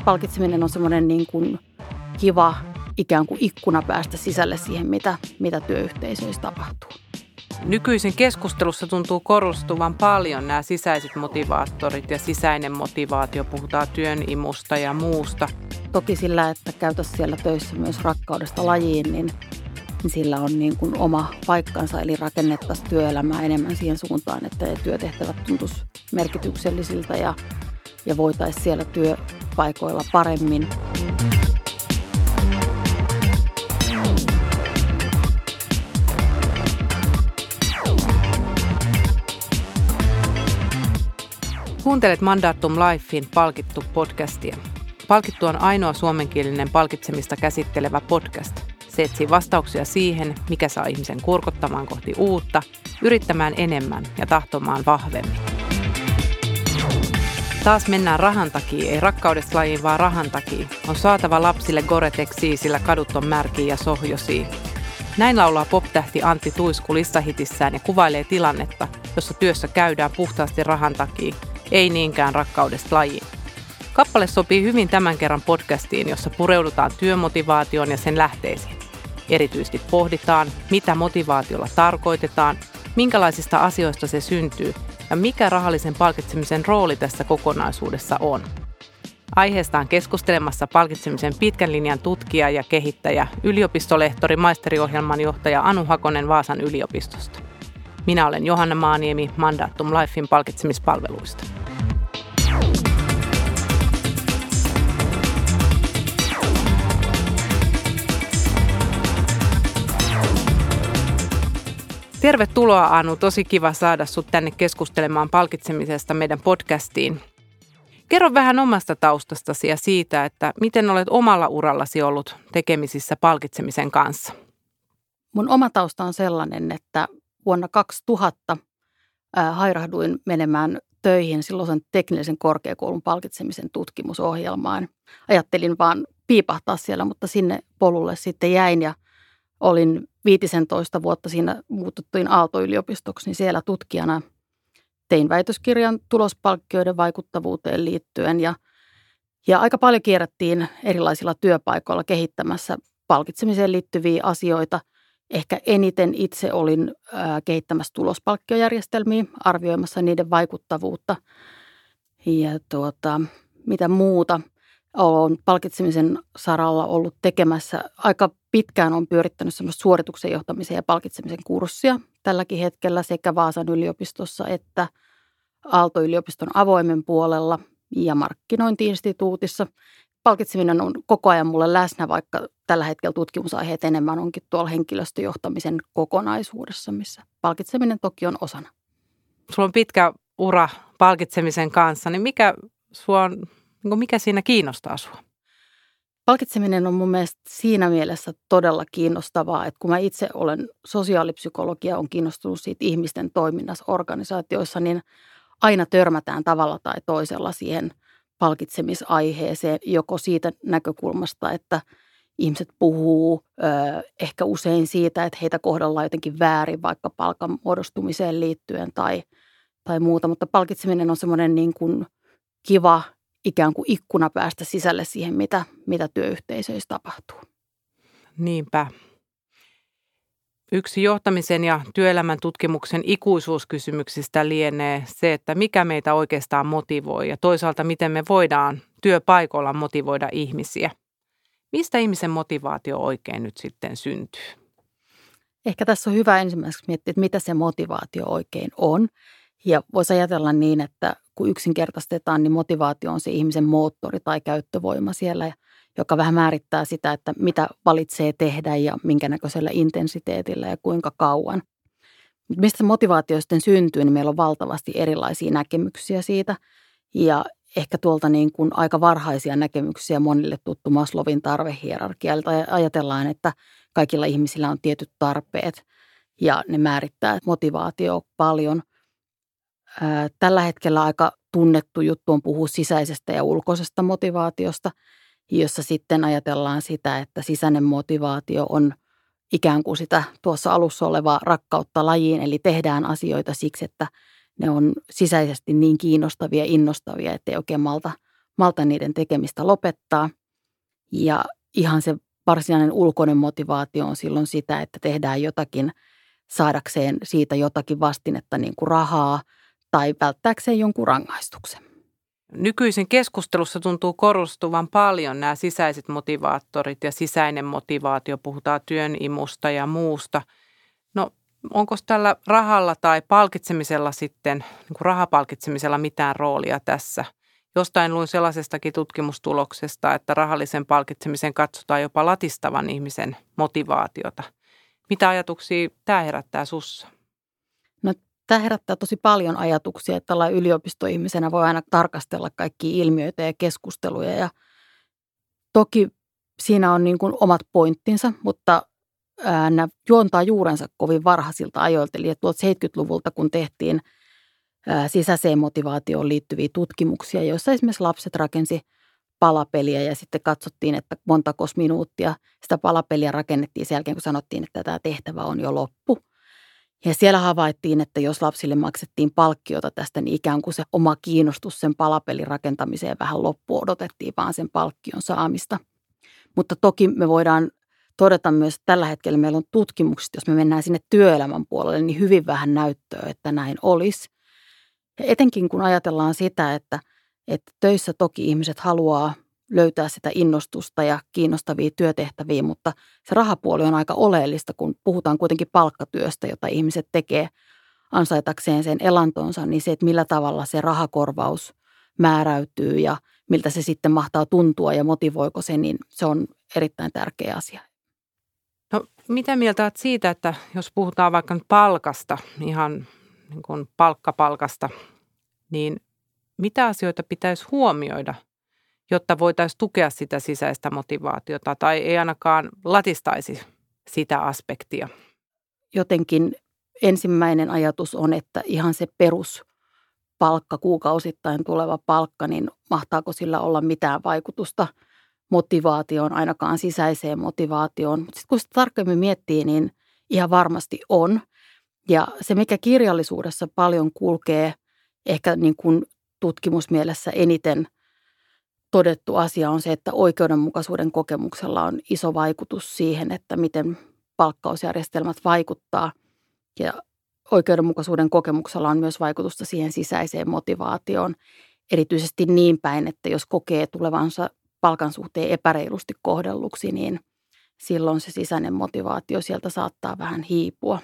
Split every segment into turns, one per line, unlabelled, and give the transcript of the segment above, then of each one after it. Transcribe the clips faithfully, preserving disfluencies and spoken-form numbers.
palkitseminen on semmoinen niin kuin kiva ikään kuin ikkuna päästä sisälle siihen, mitä, mitä työyhteisöissä tapahtuu.
Nykyisin keskustelussa tuntuu korostuvan paljon nämä sisäiset motivaattorit ja sisäinen motivaatio. Puhutaan työnimusta ja muusta.
Toki sillä, että käytäisiin siellä töissä myös rakkaudesta lajiin, niin, niin sillä on niin kuin oma paikkansa. Eli rakennettaisiin työelämää enemmän siihen suuntaan, että työtehtävät tuntuisi merkityksellisiltä ja, ja voitaisiin siellä työpaikoilla paremmin.
Kuuntelet Mandatum Lifein palkittu podcastia. Palkittu on ainoa suomenkielinen palkitsemista käsittelevä podcast. Se etsii vastauksia siihen, mikä saa ihmisen kurkottamaan kohti uutta, yrittämään enemmän ja tahtomaan vahvemmin. Taas mennään rahan takia, ei rakkaudesta lajiin, vaan rahan takia. On saatava lapsille Gore-Texia, sillä kadut on märkiä ja sohjosia. Näin laulaa pop-tähti Antti Tuisku listahitissään ja kuvailee tilannetta, jossa työssä käydään puhtaasti rahan takia, ei niinkään rakkaudesta lajiin. Kappale sopii hyvin tämän kerran podcastiin, jossa pureudutaan työmotivaatioon ja sen lähteisiin. Erityisesti pohditaan, mitä motivaatiolla tarkoitetaan, minkälaisista asioista se syntyy ja mikä rahallisen palkitsemisen rooli tässä kokonaisuudessa on. Aiheesta on keskustelemassa palkitsemisen pitkän linjan tutkija ja kehittäjä, yliopistolehtori, maisteriohjelman johtaja Anu Hakonen Vaasan yliopistosta. Minä olen Johanna Maaniemi Mandatum Lifein palkitsemispalveluista. Tervetuloa Anu, tosi kiva saada sut tänne keskustelemaan palkitsemisesta meidän podcastiin. Kerro vähän omasta taustastasi ja siitä, että miten olet omalla urallasi ollut tekemisissä palkitsemisen kanssa.
Mun oma tausta on sellainen, että vuonna kaksituhatta ää, hairahduin menemään töihin silloisen teknillisen korkeakoulun palkitsemisen tutkimusohjelmaan. Ajattelin vaan piipahtaa siellä, mutta sinne polulle sitten jäin ja olin viisitoista vuotta siinä muututtuin Aalto-yliopistoksi, niin siellä tutkijana tein väitöskirjan tulospalkkioiden vaikuttavuuteen liittyen ja, ja aika paljon kierrättiin erilaisilla työpaikoilla kehittämässä palkitsemiseen liittyviä asioita. Ehkä eniten itse olin ää, kehittämässä tulospalkkiojärjestelmiä, arvioimassa niiden vaikuttavuutta ja tuota, mitä muuta. Olen palkitsemisen saralla ollut tekemässä. Aika pitkään on pyörittänyt semmoista suorituksen johtamisen ja palkitsemisen kurssia tälläkin hetkellä sekä Vaasan yliopistossa että Aalto-yliopiston avoimen puolella ja markkinointi-instituutissa. Palkitseminen on koko ajan mulle läsnä, vaikka tällä hetkellä tutkimusaiheet enemmän onkin tuolla henkilöstöjohtamisen kokonaisuudessa, missä palkitseminen toki on osana.
Sulla on pitkä ura palkitsemisen kanssa, niin mikä, sua on, mikä siinä kiinnostaa sua?
Palkitseminen on mun mielestä siinä mielessä todella kiinnostavaa, että kun mä itse olen sosiaalipsykologia, on kiinnostunut siitä ihmisten toiminnassa organisaatioissa, niin aina törmätään tavalla tai toisella siihen palkitsemisaiheeseen, joko siitä näkökulmasta, että ihmiset puhuu ö, ehkä usein siitä, että heitä kohdellaan jotenkin väärin vaikka palkan muodostumiseen liittyen tai, tai muuta, mutta palkitseminen on semmoinen niin kuin kiva ikään kuin ikkuna päästä sisälle siihen, mitä, mitä työyhteisöissä tapahtuu.
Niinpä. Yksi johtamisen ja työelämän tutkimuksen ikuisuuskysymyksistä lienee se, että mikä meitä oikeastaan motivoi ja toisaalta miten me voidaan työpaikoilla motivoida ihmisiä. Mistä ihmisen motivaatio oikein nyt sitten syntyy?
Ehkä tässä on hyvä ensimmäiseksi miettiä, että mitä se motivaatio oikein on. Ja voisi ajatella niin, että kun yksinkertaistetaan, niin motivaatio on se ihmisen moottori tai käyttövoima siellä, joka vähän määrittää sitä, että mitä valitsee tehdä ja minkä näköisellä intensiteetillä ja kuinka kauan. Mistä motivaatio sitten syntyy, niin meillä on valtavasti erilaisia näkemyksiä siitä. Ja ehkä tuolta niin kuin aika varhaisia näkemyksiä monille tuttu Maslowin tarvehierarkialta. Ajatellaan, että kaikilla ihmisillä on tietyt tarpeet ja ne määrittää motivaatio paljon. Tällä hetkellä aika tunnettu juttu on puhua sisäisestä ja ulkoisesta motivaatiosta, jossa sitten ajatellaan sitä, että sisäinen motivaatio on ikään kuin sitä tuossa alussa olevaa rakkautta lajiin, eli tehdään asioita siksi, että ne on sisäisesti niin kiinnostavia ja innostavia, ettei oikein malta, malta niiden tekemistä lopettaa. Ja ihan se varsinainen ulkoinen motivaatio on silloin sitä, että tehdään jotakin saadakseen siitä jotakin vastinetta niin kuin rahaa tai välttääkseen jonkun rangaistuksen.
Nykyisin keskustelussa tuntuu korostuvan paljon nämä sisäiset motivaattorit ja sisäinen motivaatio. Puhutaan työn imusta ja muusta. No onko tällä rahalla tai palkitsemisella sitten, niin kuin rahapalkitsemisella mitään roolia tässä? Jostain luin sellaisestakin tutkimustuloksesta, että rahallisen palkitsemisen katsotaan jopa latistavan ihmisen motivaatiota. Mitä ajatuksia tämä herättää sussa?
No, tämä herättää tosi paljon ajatuksia, että tällainen yliopistoihmisenä voi aina tarkastella kaikkia ilmiöitä ja keskusteluja. Ja toki siinä on niin kuin omat pointtinsa, mutta ää, nämä juontaa juurensa kovin varhaisilta ajoilta. Eli tuolta seitsemänkymmentäluvulta, kun tehtiin ää, sisäiseen motivaatioon liittyviä tutkimuksia, joissa esimerkiksi lapset rakensi palapeliä ja sitten katsottiin, että montakos minuuttia sitä palapeliä rakennettiin sen jälkeen, kun sanottiin, että tämä tehtävä on jo loppu. Ja siellä havaittiin, että jos lapsille maksettiin palkkiota tästä, niin ikään kuin se oma kiinnostus sen palapelin rakentamiseen vähän loppu, odotettiin vaan sen palkkion saamista. Mutta toki me voidaan todeta myös, että tällä hetkellä meillä on tutkimukset, jos me mennään sinne työelämän puolelle, niin hyvin vähän näyttöä, että näin olisi. Ja etenkin kun ajatellaan sitä, että, että töissä toki ihmiset haluaa löytää sitä innostusta ja kiinnostavia työtehtäviä, mutta se rahapuoli on aika oleellista, kun puhutaan kuitenkin palkkatyöstä, jota ihmiset tekee ansaitakseen sen elantonsa, niin se, että millä tavalla se rahakorvaus määräytyy ja miltä se sitten mahtaa tuntua ja motivoiko se, niin se on erittäin tärkeä asia.
No mitä mieltä olet siitä, että jos puhutaan vaikka nyt palkasta, ihan niin kuin palkkapalkasta, niin mitä asioita pitäisi huomioida, jotta voitaisiin tukea sitä sisäistä motivaatiota tai ei ainakaan latistaisi sitä aspektia?
Jotenkin ensimmäinen ajatus on, että ihan se peruspalkka, kuukausittain tuleva palkka, niin mahtaako sillä olla mitään vaikutusta motivaatioon, ainakaan sisäiseen motivaatioon. Mutta sitten kun sitä tarkemmin miettii, niin ihan varmasti on. Ja se, mikä kirjallisuudessa paljon kulkee, ehkä niin kuin tutkimusmielessä eniten todettu asia on se, että oikeudenmukaisuuden kokemuksella on iso vaikutus siihen, että miten palkkausjärjestelmät vaikuttaa. Ja oikeudenmukaisuuden kokemuksella on myös vaikutusta siihen sisäiseen motivaatioon. Erityisesti niin päin, että jos kokee tulevansa palkan suhteen epäreilusti kohdelluksi, niin silloin se sisäinen motivaatio sieltä saattaa vähän hiipua.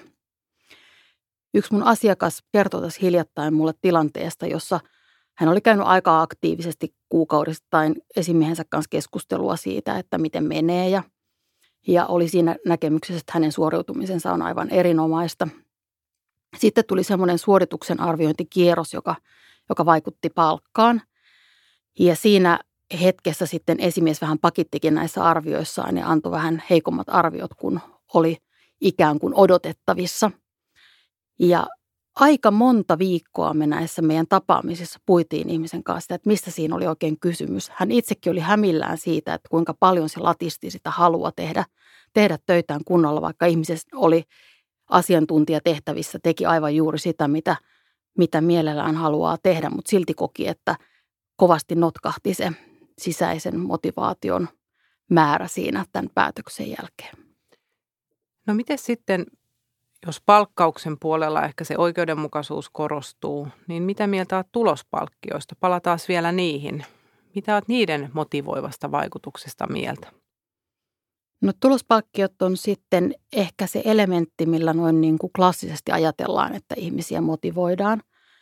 Yksi mun asiakas kertoi tässä hiljattain mulle tilanteesta, jossa hän oli käynyt aika aktiivisesti kuukaudestain esimiehensä kanssa keskustelua siitä, että miten menee ja, ja oli siinä näkemyksessä, että hänen suoriutumisensa on aivan erinomaista. Sitten tuli semmoinen suorituksen arviointikierros, joka, joka vaikutti palkkaan ja siinä hetkessä sitten esimies vähän pakittikin näissä arvioissaan ja antoi vähän heikommat arviot kuin oli ikään kuin odotettavissa. Ja aika monta viikkoa me näissä meidän tapaamisissa puitiin ihmisen kanssa, että mistä siinä oli oikein kysymys. Hän itsekin oli hämillään siitä, että kuinka paljon se latisti sitä halua tehdä, tehdä töitään kunnolla, vaikka ihmisestä oli asiantuntijatehtävissä, teki aivan juuri sitä, mitä, mitä mielellään haluaa tehdä, mutta silti koki, että kovasti notkahti se sisäisen motivaation määrä siinä tämän päätöksen jälkeen.
No miten sitten, jos palkkauksen puolella ehkä se oikeudenmukaisuus korostuu, niin mitä mieltä olet tulospalkkioista? Palataan vielä niihin. Mitä olet niiden motivoivasta vaikutuksesta mieltä?
No tulospalkkiot on sitten ehkä se elementti, millä noin niin kuin klassisesti ajatellaan, että ihmisiä motivoidaan.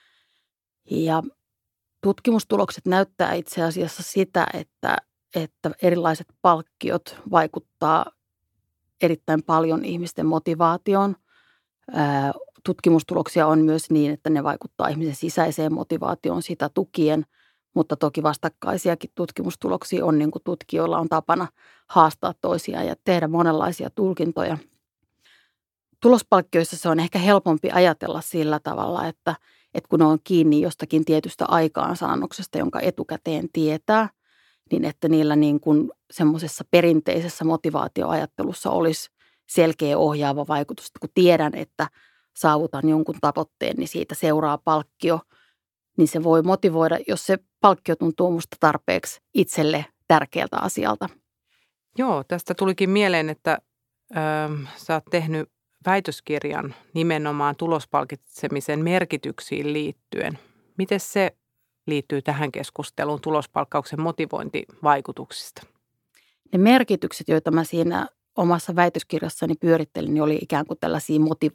Ja tutkimustulokset näyttää itse asiassa sitä, että, että erilaiset palkkiot vaikuttaa erittäin paljon ihmisten motivaatioon. Tutkimustuloksia on myös niin, että ne vaikuttaa ihmisen sisäiseen motivaatioon sitä tukien, mutta toki vastakkaisiakin tutkimustuloksia on, niin kuin tutkijoilla on tapana haastaa toisiaan ja tehdä monenlaisia tulkintoja. Tulospalkkioissa se on ehkä helpompi ajatella sillä tavalla, että, että kun ne on kiinni jostakin tietystä aikaansaannoksesta, jonka etukäteen tietää, niin että niillä niin kuin semmoisessa perinteisessä motivaatioajattelussa olisi selkeä ohjaava vaikutus. Kun tiedän, että saavutan jonkun tavoitteen, niin siitä seuraa palkkio, niin se voi motivoida, jos se palkkio tuntuu musta tarpeeksi itselle tärkeältä asialta.
Joo, tästä tulikin mieleen, että ö, sä oot tehnyt väitöskirjan nimenomaan tulospalkitsemisen merkityksiin liittyen. Miten se liittyy tähän keskusteluun tulospalkkauksen motivointivaikutuksista? Ne
merkitykset, joita mä siinä omassa väitöskirjassani pyörittelin, niin oli ikään kuin tällaisia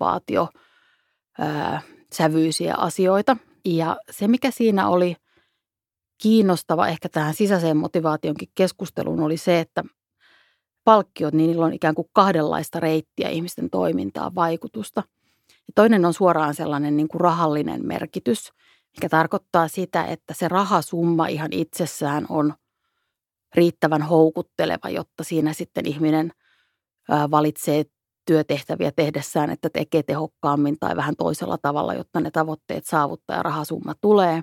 motivaatiosävyisiä asioita. Ja se, mikä siinä oli kiinnostava ehkä tähän sisäiseen motivaationkin keskusteluun, oli se, että palkkiot, niin niillä on ikään kuin kahdenlaista reittiä ihmisten toimintaa, vaikutusta. Ja toinen on suoraan sellainen niin kuin rahallinen merkitys, mikä tarkoittaa sitä, että se rahasumma ihan itsessään on riittävän houkutteleva, jotta siinä sitten ihminen valitsee työtehtäviä tehdessään, että tekee tehokkaammin tai vähän toisella tavalla, jotta ne tavoitteet saavuttaa ja rahasumma tulee.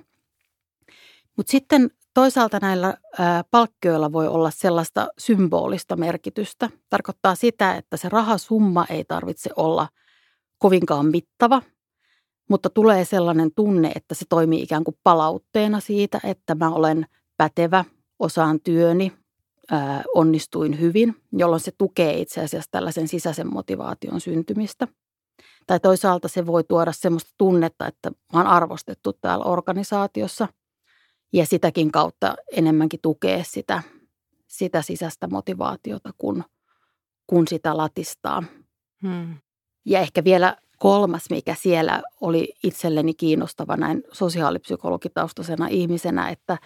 Mutta sitten toisaalta näillä palkkioilla voi olla sellaista symbolista merkitystä. Tarkoittaa sitä, että se rahasumma ei tarvitse olla kovinkaan mittava, mutta tulee sellainen tunne, että se toimii ikään kuin palautteena siitä, että mä olen pätevä, osaan työni, ää, onnistuin hyvin, jolloin se tukee itse asiassa tällaisen sisäisen motivaation syntymistä. Tai toisaalta se voi tuoda semmoista tunnetta, että mä oon arvostettu täällä organisaatiossa ja sitäkin kautta enemmänkin tukee sitä, sitä sisäistä motivaatiota, kun, kun sitä latistaa. Hmm. Ja ehkä vielä kolmas, mikä siellä oli itselleni kiinnostava näin sosiaalipsykologitaustaisena ihmisenä, että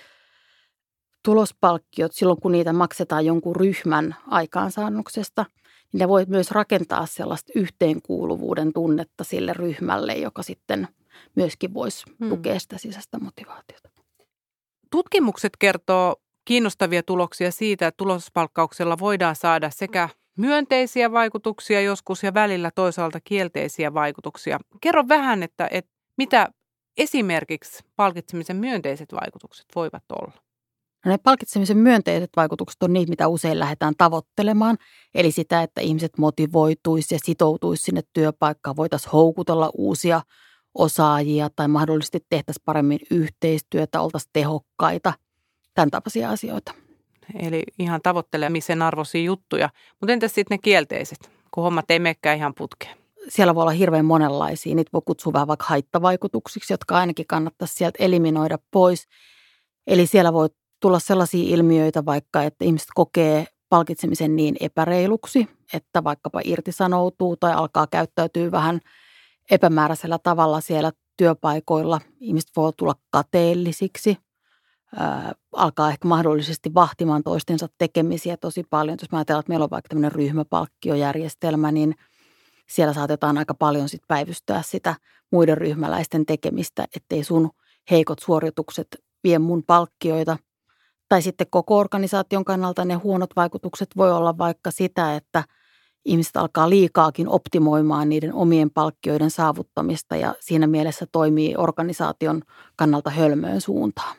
tulospalkkiot silloin, kun niitä maksetaan jonkun ryhmän aikaansaannoksesta, niin ne voi myös rakentaa sellaista yhteenkuuluvuuden tunnetta sille ryhmälle, joka sitten myöskin voisi hmm. tukea sitä sisäistä motivaatiota.
Tutkimukset kertoo kiinnostavia tuloksia siitä, että tulospalkkauksella voidaan saada sekä myönteisiä vaikutuksia joskus ja välillä toisaalta kielteisiä vaikutuksia. Kerro vähän, että, että mitä esimerkiksi palkitsemisen myönteiset vaikutukset voivat olla?
No ne palkitsemisen myönteiset vaikutukset on niitä, mitä usein lähdetään tavoittelemaan. Eli sitä, että ihmiset motivoituisi ja sitoutuisi sinne työpaikkaan, voitaisiin houkutella uusia osaajia tai mahdollisesti tehtäisiin paremmin yhteistyötä, oltaisiin tehokkaita, tämän tapaisia asioita.
Eli ihan tavoittelemisen arvoisia juttuja. Mutta entäs sitten ne kielteiset, kun hommat ei menekään ihan putkeen?
Siellä voi olla hirveän monenlaisia. Niitä voi kutsua vähän vaikka haittavaikutuksiksi, jotka ainakin kannattaisi sieltä eliminoida pois. Eli siellä voi tulla sellaisia ilmiöitä vaikka, että ihmiset kokee palkitsemisen niin epäreiluksi, että vaikkapa irtisanoutuu tai alkaa käyttäytyä vähän epämääräisellä tavalla siellä työpaikoilla. Ihmiset voi tulla kateellisiksi. Ää, alkaa ehkä mahdollisesti vahtimaan toistensa tekemisiä tosi paljon. Jos mä ajatellaan, että meillä on vaikka tämmöinen ryhmäpalkkiojärjestelmä, niin siellä saatetaan aika paljon sit päivystää sitä muiden ryhmäläisten tekemistä, ettei sun heikot suoritukset vie mun palkkioita. Tai sitten koko organisaation kannalta ne huonot vaikutukset voi olla vaikka sitä, että ihmiset alkaa liikaakin optimoimaan niiden omien palkkioiden saavuttamista ja siinä mielessä toimii organisaation kannalta hölmöön suuntaan.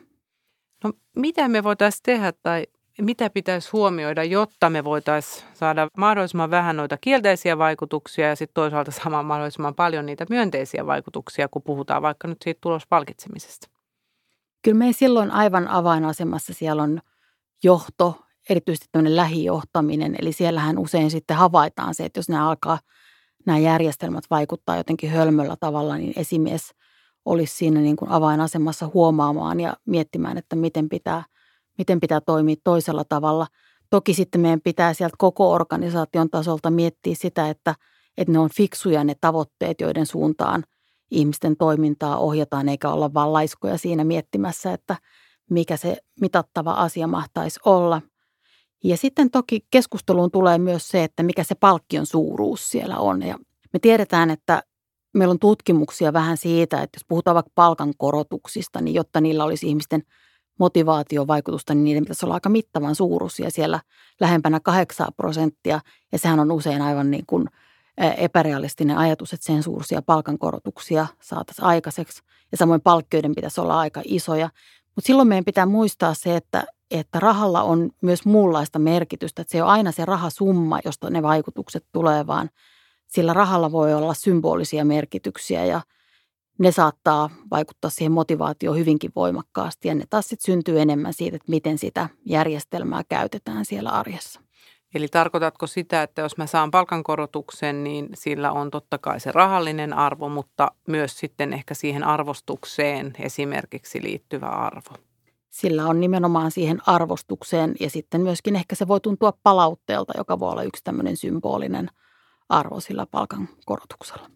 No mitä me voitaisiin tehdä tai mitä pitäisi huomioida, jotta me voitaisiin saada mahdollisimman vähän noita kielteisiä vaikutuksia ja sitten toisaalta saamaan mahdollisimman paljon niitä myönteisiä vaikutuksia, kun puhutaan vaikka nyt siitä tulospalkitsemisesta?
Kyllä me silloin aivan avainasemassa siellä on johto, erityisesti tämmöinen lähijohtaminen. Eli siellähän usein sitten havaitaan se, että jos nämä alkaa, nämä järjestelmät vaikuttaa jotenkin hölmöllä tavalla, niin esimies olisi siinä niin kuin avainasemassa huomaamaan ja miettimään, että miten pitää, miten pitää toimia toisella tavalla. Toki sitten meidän pitää sieltä koko organisaation tasolta miettiä sitä, että, että ne on fiksuja ne tavoitteet, joiden suuntaan ihmisten toimintaa ohjataan, eikä olla vaan laiskoja siinä miettimässä, että mikä se mitattava asia mahtaisi olla. Ja sitten toki keskusteluun tulee myös se, että mikä se palkkion suuruus siellä on. Ja me tiedetään, että meillä on tutkimuksia vähän siitä, että jos puhutaan vaikka palkankorotuksista, niin jotta niillä olisi ihmisten motivaatiovaikutusta, niin niiden pitäisi olla aika mittavan suuruisia siellä lähempänä kahdeksan prosenttia. Ja sehän on usein aivan niin kuin epärealistinen ajatus, että sen suuruisia palkankorotuksia saataisiin aikaiseksi. Ja samoin palkkioiden pitäisi olla aika isoja. Mutta silloin meidän pitää muistaa se, että, että rahalla on myös muunlaista merkitystä. Että se ei ole aina se rahasumma, josta ne vaikutukset tulee, vaan sillä rahalla voi olla symbolisia merkityksiä ja ne saattaa vaikuttaa siihen motivaatioon hyvinkin voimakkaasti ja ne taas sitten syntyy enemmän siitä, että miten sitä järjestelmää käytetään siellä arjessa.
Eli tarkoitatko sitä, että jos mä saan palkankorotuksen, niin sillä on totta kai se rahallinen arvo, mutta myös sitten ehkä siihen arvostukseen esimerkiksi liittyvä arvo?
Sillä on nimenomaan siihen arvostukseen ja sitten myöskin ehkä se voi tuntua palautteelta, joka voi olla yksi tämmöinen symbolinen arvo sillä palkankorotuksella.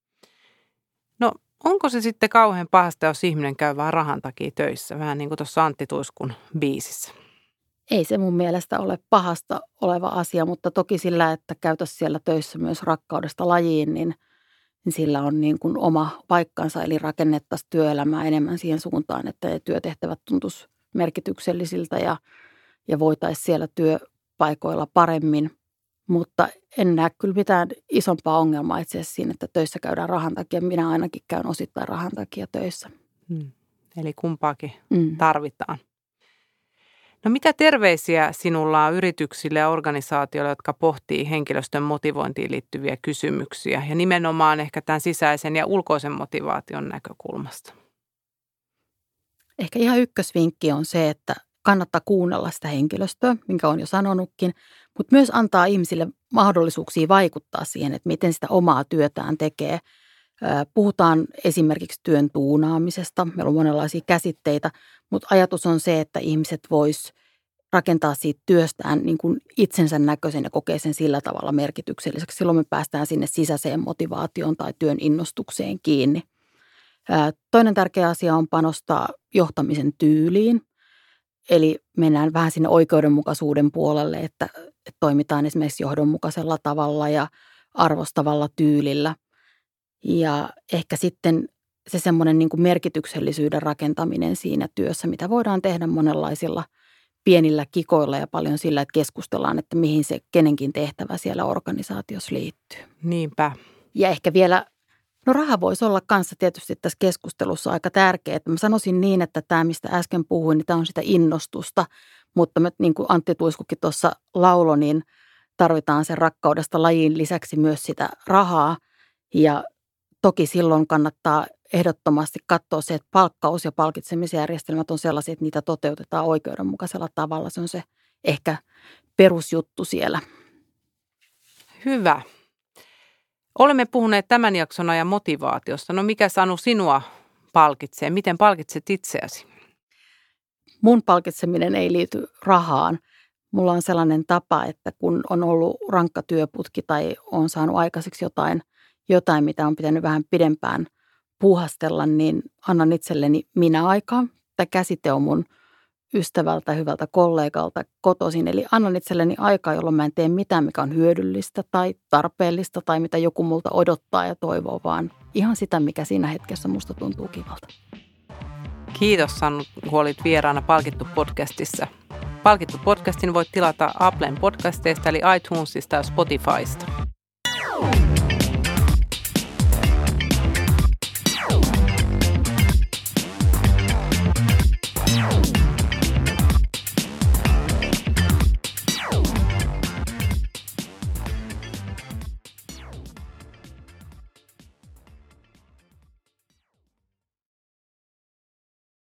No onko se sitten kauhean pahasta, jos ihminen käy vaan rahan takia töissä, vähän niin kuin tuossa Antti Tuiskun biisissä?
Ei se mun mielestä ole pahasta oleva asia, mutta toki sillä, että käytäisiin siellä töissä myös rakkaudesta lajiin, niin, niin sillä on niin kuin oma paikkansa. Eli rakennettaisiin työelämää enemmän siihen suuntaan, että työtehtävät tuntuisi merkityksellisiltä ja, ja voitaisiin siellä työpaikoilla paremmin. Mutta en näe kyllä mitään isompaa ongelmaa itse asiassa siinä, että töissä käydään rahan takia. Minä ainakin käyn osittain rahan takia töissä.
Hmm. Eli kumpaakin
mm.
tarvitaan. No mitä terveisiä sinulla on yrityksille ja organisaatioille, jotka pohtii henkilöstön motivointiin liittyviä kysymyksiä ja nimenomaan ehkä tämän sisäisen ja ulkoisen motivaation näkökulmasta?
Ehkä ihan ykkösvinkki on se, että kannattaa kuunnella sitä henkilöstöä, minkä olen jo sanonutkin, mutta myös antaa ihmisille mahdollisuuksia vaikuttaa siihen, että miten sitä omaa työtään tekee. Puhutaan esimerkiksi työn tuunaamisesta. Meillä on monenlaisia käsitteitä, mutta ajatus on se, että ihmiset vois rakentaa siitä työstään niin kuin itsensä näköisen ja kokee sen sillä tavalla merkitykselliseksi. Silloin me päästään sinne sisäiseen motivaatioon tai työn innostukseen kiinni. Toinen tärkeä asia on panostaa johtamisen tyyliin. Eli mennään vähän sinne oikeudenmukaisuuden puolelle, että, että toimitaan esimerkiksi johdonmukaisella tavalla ja arvostavalla tyylillä. Ja ehkä sitten se semmoinen niin kuin merkityksellisyyden rakentaminen siinä työssä, mitä voidaan tehdä monenlaisilla pienillä kikoilla ja paljon sillä, että keskustellaan, että mihin se kenenkin tehtävä siellä organisaatiossa liittyy.
Niinpä.
Ja ehkä vielä, no raha voisi olla kanssa tietysti tässä keskustelussa aika tärkeä. Että mä sanoisin niin, että tämä, mistä äsken puhuin, niin tämä on sitä innostusta, mutta me, niin kuin Antti Tuiskukin tuossa lauloi, niin tarvitaan sen rakkaudesta lajiin lisäksi myös sitä rahaa ja toki silloin kannattaa ehdottomasti katsoa se, että palkkaus- ja palkitsemisjärjestelmät on sellaisia, että niitä toteutetaan oikeudenmukaisella tavalla. Se on se ehkä perusjuttu siellä.
Hyvä. Olemme puhuneet tämän jakson ajan motivaatiosta. No mikä Sanu sinua palkitsee? Miten palkitset itseäsi?
Mun palkitseminen ei liity rahaan. Mulla on sellainen tapa, että kun on ollut rankka työputki tai on saanut aikaiseksi jotain, jotain, mitä on pitänyt vähän pidempään puuhastella, niin annan itselleni minä aikaa. Tämä käsite on mun ystävältä, hyvältä kollegalta kotoisin. Eli annan itselleni aikaa, jolloin mä en tee mitään, mikä on hyödyllistä tai tarpeellista tai mitä joku multa odottaa ja toivoo, vaan ihan sitä, mikä siinä hetkessä musta tuntuu kivalta.
Kiitos Sannu, kun olit vieraana Palkittu podcastissa. Palkittu podcastin voit tilata Applen podcasteista eli iTunesista ja Spotifysta.